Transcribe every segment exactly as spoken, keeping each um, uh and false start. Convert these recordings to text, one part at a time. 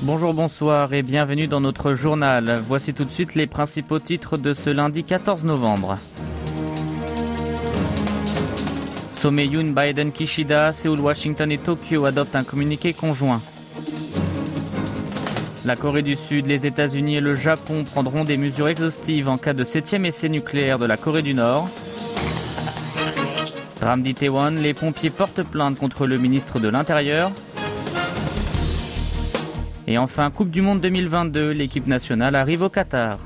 Bonjour, bonsoir et bienvenue dans notre journal. Voici tout de suite les principaux titres de ce lundi quatorze novembre. Sommet Yoon, Biden, Kishida, Séoul, Washington et Tokyo adoptent un communiqué conjoint. La Corée du Sud, les États-Unis et le Japon prendront des mesures exhaustives en cas de septième essai nucléaire de la Corée du Nord. Drame d'Itaewon, les pompiers portent plainte contre le ministre de l'Intérieur. Et enfin, Coupe du Monde deux mille vingt-deux, l'équipe nationale arrive au Qatar.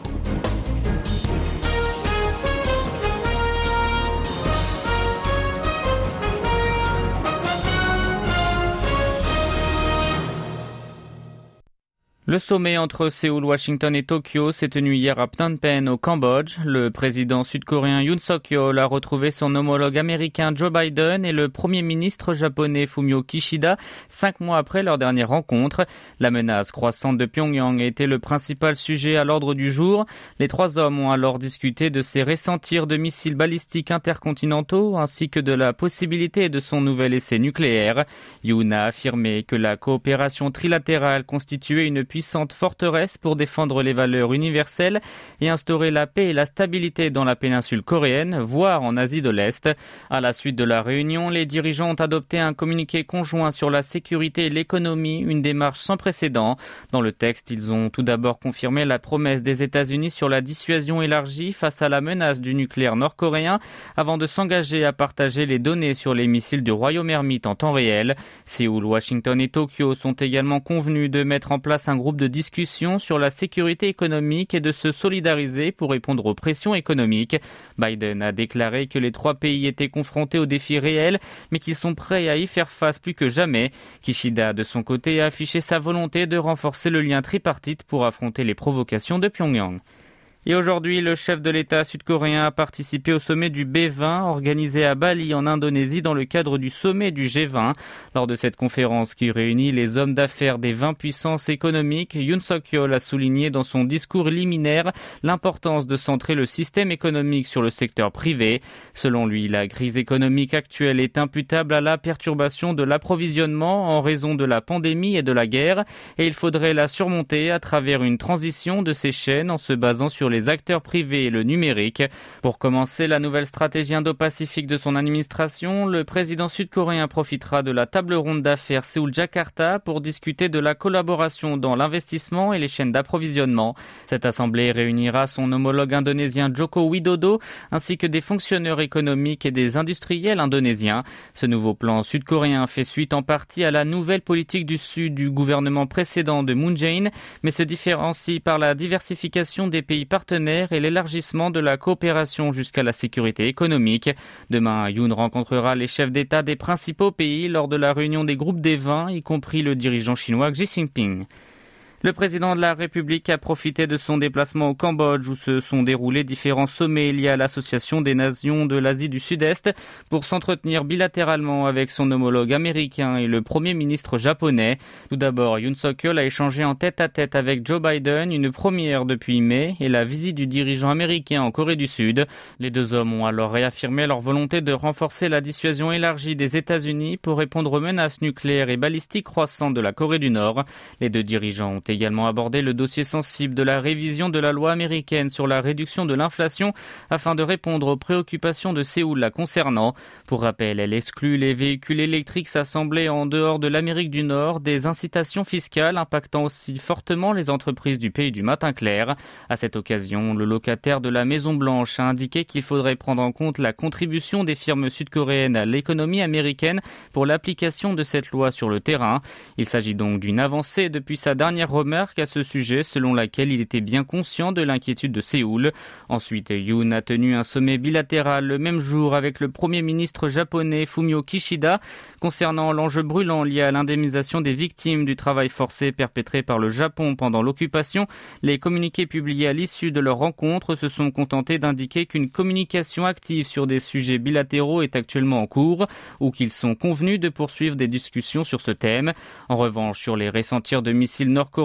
Le sommet entre Séoul, Washington et Tokyo s'est tenu hier à Phnom Penh au Cambodge. Le président sud-coréen Yoon Suk-yeol a retrouvé son homologue américain Joe Biden et le premier ministre japonais Fumio Kishida cinq mois après leur dernière rencontre. La menace croissante de Pyongyang a été le principal sujet à l'ordre du jour. Les trois hommes ont alors discuté de ses récents tirs de missiles balistiques intercontinentaux ainsi que de la possibilité de son nouvel essai nucléaire. Yoon a affirmé que la coopération trilatérale constituait une puissante forteresse pour défendre les valeurs universelles et instaurer la paix et la stabilité dans la péninsule coréenne, voire en Asie de l'Est. À la suite de la réunion, les dirigeants ont adopté un communiqué conjoint sur la sécurité et l'économie, une démarche sans précédent. Dans le texte, ils ont tout d'abord confirmé la promesse des États-Unis sur la dissuasion élargie face à la menace du nucléaire nord-coréen, avant de s'engager à partager les données sur les missiles du royaume ermite en temps réel. Séoul, Washington et Tokyo sont également convenus de mettre en place un groupe de discussion sur la sécurité économique et de se solidariser pour répondre aux pressions économiques. Biden a déclaré que les trois pays étaient confrontés aux défis réels, mais qu'ils sont prêts à y faire face plus que jamais. Kishida, de son côté, a affiché sa volonté de renforcer le lien tripartite pour affronter les provocations de Pyongyang. Et aujourd'hui, le chef de l'État sud-coréen a participé au sommet du B vingt organisé à Bali en Indonésie dans le cadre du sommet du G vingt. Lors de cette conférence qui réunit les hommes d'affaires des vingt puissances économiques, Yoon Suk-yeol a souligné dans son discours liminaire l'importance de centrer le système économique sur le secteur privé. Selon lui, la crise économique actuelle est imputable à la perturbation de l'approvisionnement en raison de la pandémie et de la guerre, et il faudrait la surmonter à travers une transition de ces chaînes en se basant sur les les acteurs privés et le numérique. Pour commencer la nouvelle stratégie Indo-Pacifique de son administration, le président sud-coréen profitera de la table ronde d'affaires Séoul-Jakarta pour discuter de la collaboration dans l'investissement et les chaînes d'approvisionnement. Cette assemblée réunira son homologue indonésien Joko Widodo ainsi que des fonctionnaires économiques et des industriels indonésiens. Ce nouveau plan sud-coréen fait suite en partie à la nouvelle politique du Sud du gouvernement précédent de Moon Jae-in, mais se différencie par la diversification des pays partenaires et l'élargissement de la coopération jusqu'à la sécurité économique. Demain, Yoon rencontrera les chefs d'État des principaux pays lors de la réunion des groupes des vingt, y compris le dirigeant chinois Xi Jinping. Le président de la République a profité de son déplacement au Cambodge où se sont déroulés différents sommets liés à l'Association des Nations de l'Asie du Sud-Est pour s'entretenir bilatéralement avec son homologue américain et le premier ministre japonais. Tout d'abord, Yoon Suk-yeol a échangé en tête-à-tête avec Joe Biden, une première depuis mai, et la visite du dirigeant américain en Corée du Sud. Les deux hommes ont alors réaffirmé leur volonté de renforcer la dissuasion élargie des États-Unis pour répondre aux menaces nucléaires et balistiques croissantes de la Corée du Nord. Les deux dirigeants ont également abordé le dossier sensible de la révision de la loi américaine sur la réduction de l'inflation afin de répondre aux préoccupations de Séoul la concernant. Pour rappel, elle exclut les véhicules électriques assemblés en dehors de l'Amérique du Nord des incitations fiscales impactant aussi fortement les entreprises du pays du matin clair. À cette occasion, le locataire de la Maison-Blanche a indiqué qu'il faudrait prendre en compte la contribution des firmes sud-coréennes à l'économie américaine pour l'application de cette loi sur le terrain. Il s'agit donc d'une avancée depuis sa dernière remarque à ce sujet selon laquelle il était bien conscient de l'inquiétude de Séoul. Ensuite, Yoon a tenu un sommet bilatéral le même jour avec le premier ministre japonais Fumio Kishida concernant l'enjeu brûlant lié à l'indemnisation des victimes du travail forcé perpétré par le Japon pendant l'occupation. Les communiqués publiés à l'issue de leur rencontre se sont contentés d'indiquer qu'une communication active sur des sujets bilatéraux est actuellement en cours ou qu'ils sont convenus de poursuivre des discussions sur ce thème. En revanche, sur les récents tirs de missiles nord-coréens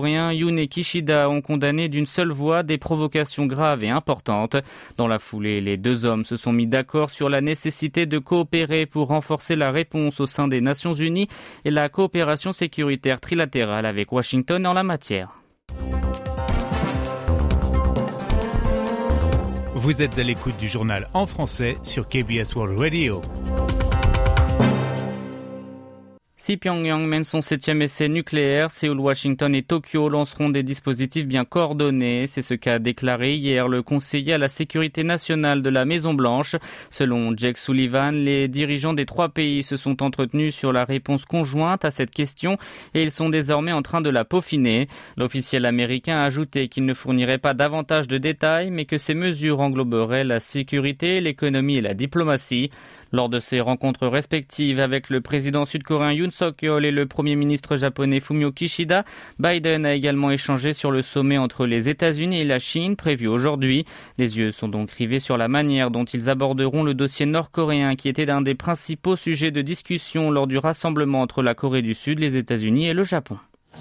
Sud-Coréens Yoon et Kishida ont condamné d'une seule voix des provocations graves et importantes. Dans la foulée, les deux hommes se sont mis d'accord sur la nécessité de coopérer pour renforcer la réponse au sein des Nations Unies et la coopération sécuritaire trilatérale avec Washington en la matière. Vous êtes à l'écoute du journal en français sur K B S World Radio. Si Pyongyang mène son septième essai nucléaire, Séoul, Washington et Tokyo lanceront des dispositifs bien coordonnés. C'est ce qu'a déclaré hier le conseiller à la sécurité nationale de la Maison-Blanche. Selon Jake Sullivan, les dirigeants des trois pays se sont entretenus sur la réponse conjointe à cette question et ils sont désormais en train de la peaufiner. L'officiel américain a ajouté qu'il ne fournirait pas davantage de détails, mais que ces mesures engloberaient la sécurité, l'économie et la diplomatie. Lors de ces rencontres respectives avec le président sud-coréen Yoon Suk-yeol et le premier ministre japonais Fumio Kishida, Biden a également échangé sur le sommet entre les États-Unis et la Chine prévu aujourd'hui. Les yeux sont donc rivés sur la manière dont ils aborderont le dossier nord-coréen qui était un des principaux sujets de discussion lors du rassemblement entre la Corée du Sud, les États-Unis et le Japon.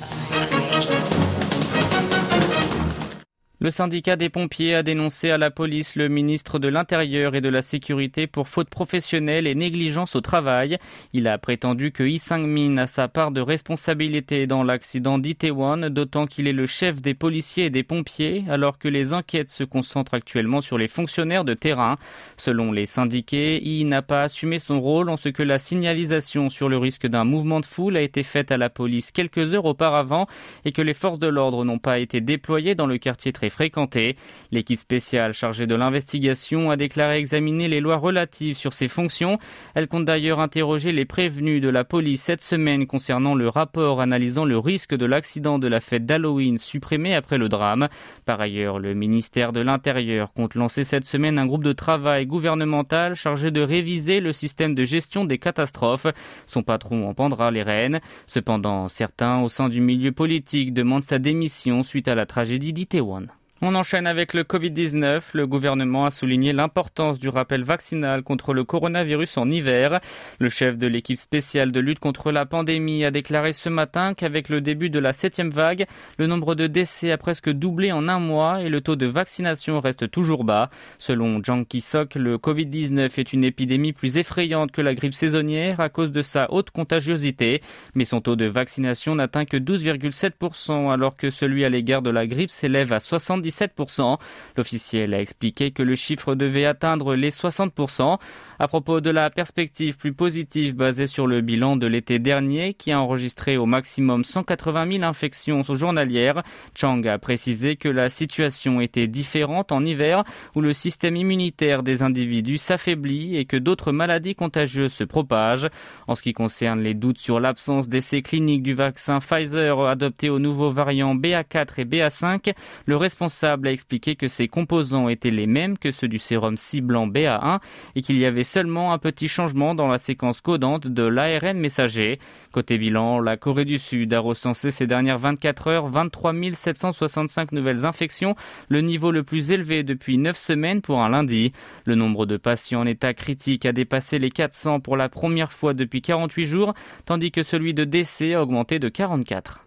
Le syndicat des pompiers a dénoncé à la police le ministre de l'Intérieur et de la Sécurité pour faute professionnelle et négligence au travail. Il a prétendu que Lee Sang-min a sa part de responsabilité dans l'accident d'Itaewon, d'autant qu'il est le chef des policiers et des pompiers, alors que les enquêtes se concentrent actuellement sur les fonctionnaires de terrain. Selon les syndiqués, Lee n'a pas assumé son rôle en ce que la signalisation sur le risque d'un mouvement de foule a été faite à la police quelques heures auparavant et que les forces de l'ordre n'ont pas été déployées dans le quartier très fréquenté. L'équipe spéciale chargée de l'investigation a déclaré examiner les lois relatives sur ses fonctions. Elle compte d'ailleurs interroger les prévenus de la police cette semaine concernant le rapport analysant le risque de l'accident de la fête d'Halloween supprimé après le drame. Par ailleurs, le ministère de l'Intérieur compte lancer cette semaine un groupe de travail gouvernemental chargé de réviser le système de gestion des catastrophes. Son patron en prendra les rênes. Cependant, certains au sein du milieu politique demandent sa démission suite à la tragédie d'Itaewon. On enchaîne avec le covid dix-neuf. Le gouvernement a souligné l'importance du rappel vaccinal contre le coronavirus en hiver. Le chef de l'équipe spéciale de lutte contre la pandémie a déclaré ce matin qu'avec le début de la septième vague, le nombre de décès a presque doublé en un mois et le taux de vaccination reste toujours bas. Selon Jang Ki-sok, le covid dix-neuf est une épidémie plus effrayante que la grippe saisonnière à cause de sa haute contagiosité. Mais son taux de vaccination n'atteint que douze virgule sept pour cent alors que celui à l'égard de la grippe s'élève à soixante-dix pour cent. L'officiel a expliqué que le chiffre devait atteindre les soixante pour cent. À propos de la perspective plus positive basée sur le bilan de l'été dernier qui a enregistré au maximum cent quatre-vingt mille infections journalières, Chang a précisé que la situation était différente en hiver où le système immunitaire des individus s'affaiblit et que d'autres maladies contagieuses se propagent. En ce qui concerne les doutes sur l'absence d'essais cliniques du vaccin Pfizer adopté aux nouveaux variants B A quatre et B A cinq, le responsable a expliqué que ses composants étaient les mêmes que ceux du sérum ciblant B A un et qu'il y avait seulement un petit changement dans la séquence codante de l'A R N messager. Côté bilan, la Corée du Sud a recensé ces dernières vingt-quatre heures vingt-trois mille sept cent soixante-cinq nouvelles infections, le niveau le plus élevé depuis neuf semaines pour un lundi. Le nombre de patients en état critique a dépassé les quatre cents pour la première fois depuis quarante-huit jours, tandis que celui de décès a augmenté de quarante-quatre.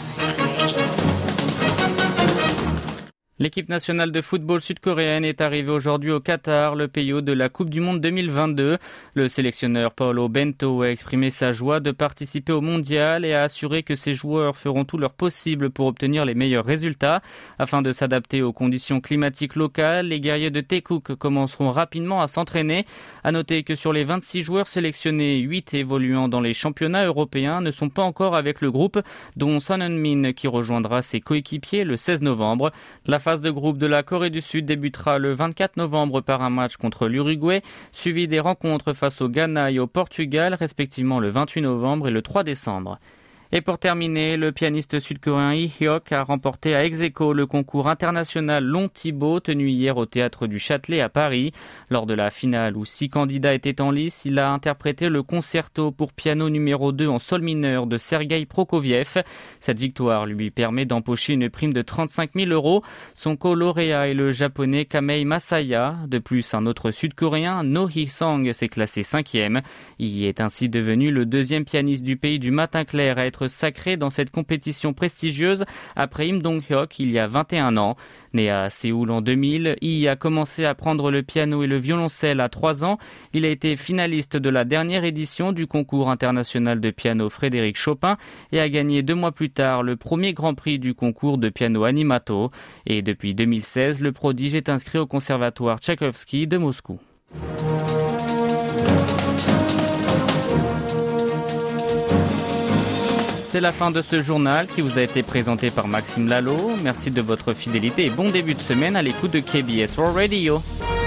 L'équipe nationale de football sud-coréenne est arrivée aujourd'hui au Qatar, le pays hôte de la Coupe du Monde deux mille vingt-deux. Le sélectionneur Paulo Bento a exprimé sa joie de participer au mondial et a assuré que ses joueurs feront tout leur possible pour obtenir les meilleurs résultats. Afin de s'adapter aux conditions climatiques locales, les guerriers de Taekwook commenceront rapidement à s'entraîner. À noter que sur les vingt-six joueurs sélectionnés, huit évoluant dans les championnats européens ne sont pas encore avec le groupe, dont Son Heung-min qui rejoindra ses coéquipiers le seize novembre. La phase de groupe de la Corée du Sud débutera le vingt-quatre novembre par un match contre l'Uruguay, suivi des rencontres face au Ghana et au Portugal, respectivement le vingt-huit novembre et le trois décembre. Et pour terminer, le pianiste sud-coréen Lee Hyuk a remporté à ex-aequo le concours international Long Thibaut tenu hier au théâtre du Châtelet à Paris. Lors de la finale où six candidats étaient en lice, il a interprété le concerto pour piano numéro deux en sol mineur de Sergueï Prokofiev. Cette victoire lui permet d'empocher une prime de trente-cinq mille euros. Son co-lauréat est le japonais Kamei Masaya. De plus, un autre sud-coréen, No Hee-sung, s'est classé cinquième. Il est ainsi devenu le deuxième pianiste du pays du matin clair à être être sacré dans cette compétition prestigieuse après Im Dong-hyuk il y a vingt et un ans. Né à Séoul en deux mille, Lee a commencé à prendre le piano et le violoncelle à trois ans. Il a été finaliste de la dernière édition du concours international de piano Frédéric Chopin et a gagné deux mois plus tard le premier grand prix du concours de piano Animato. Et depuis deux mille seize, le prodige est inscrit au conservatoire Tchaïkovski de Moscou. C'est la fin de ce journal qui vous a été présenté par Maxime Lalo. Merci de votre fidélité et bon début de semaine à l'écoute de K B S World Radio.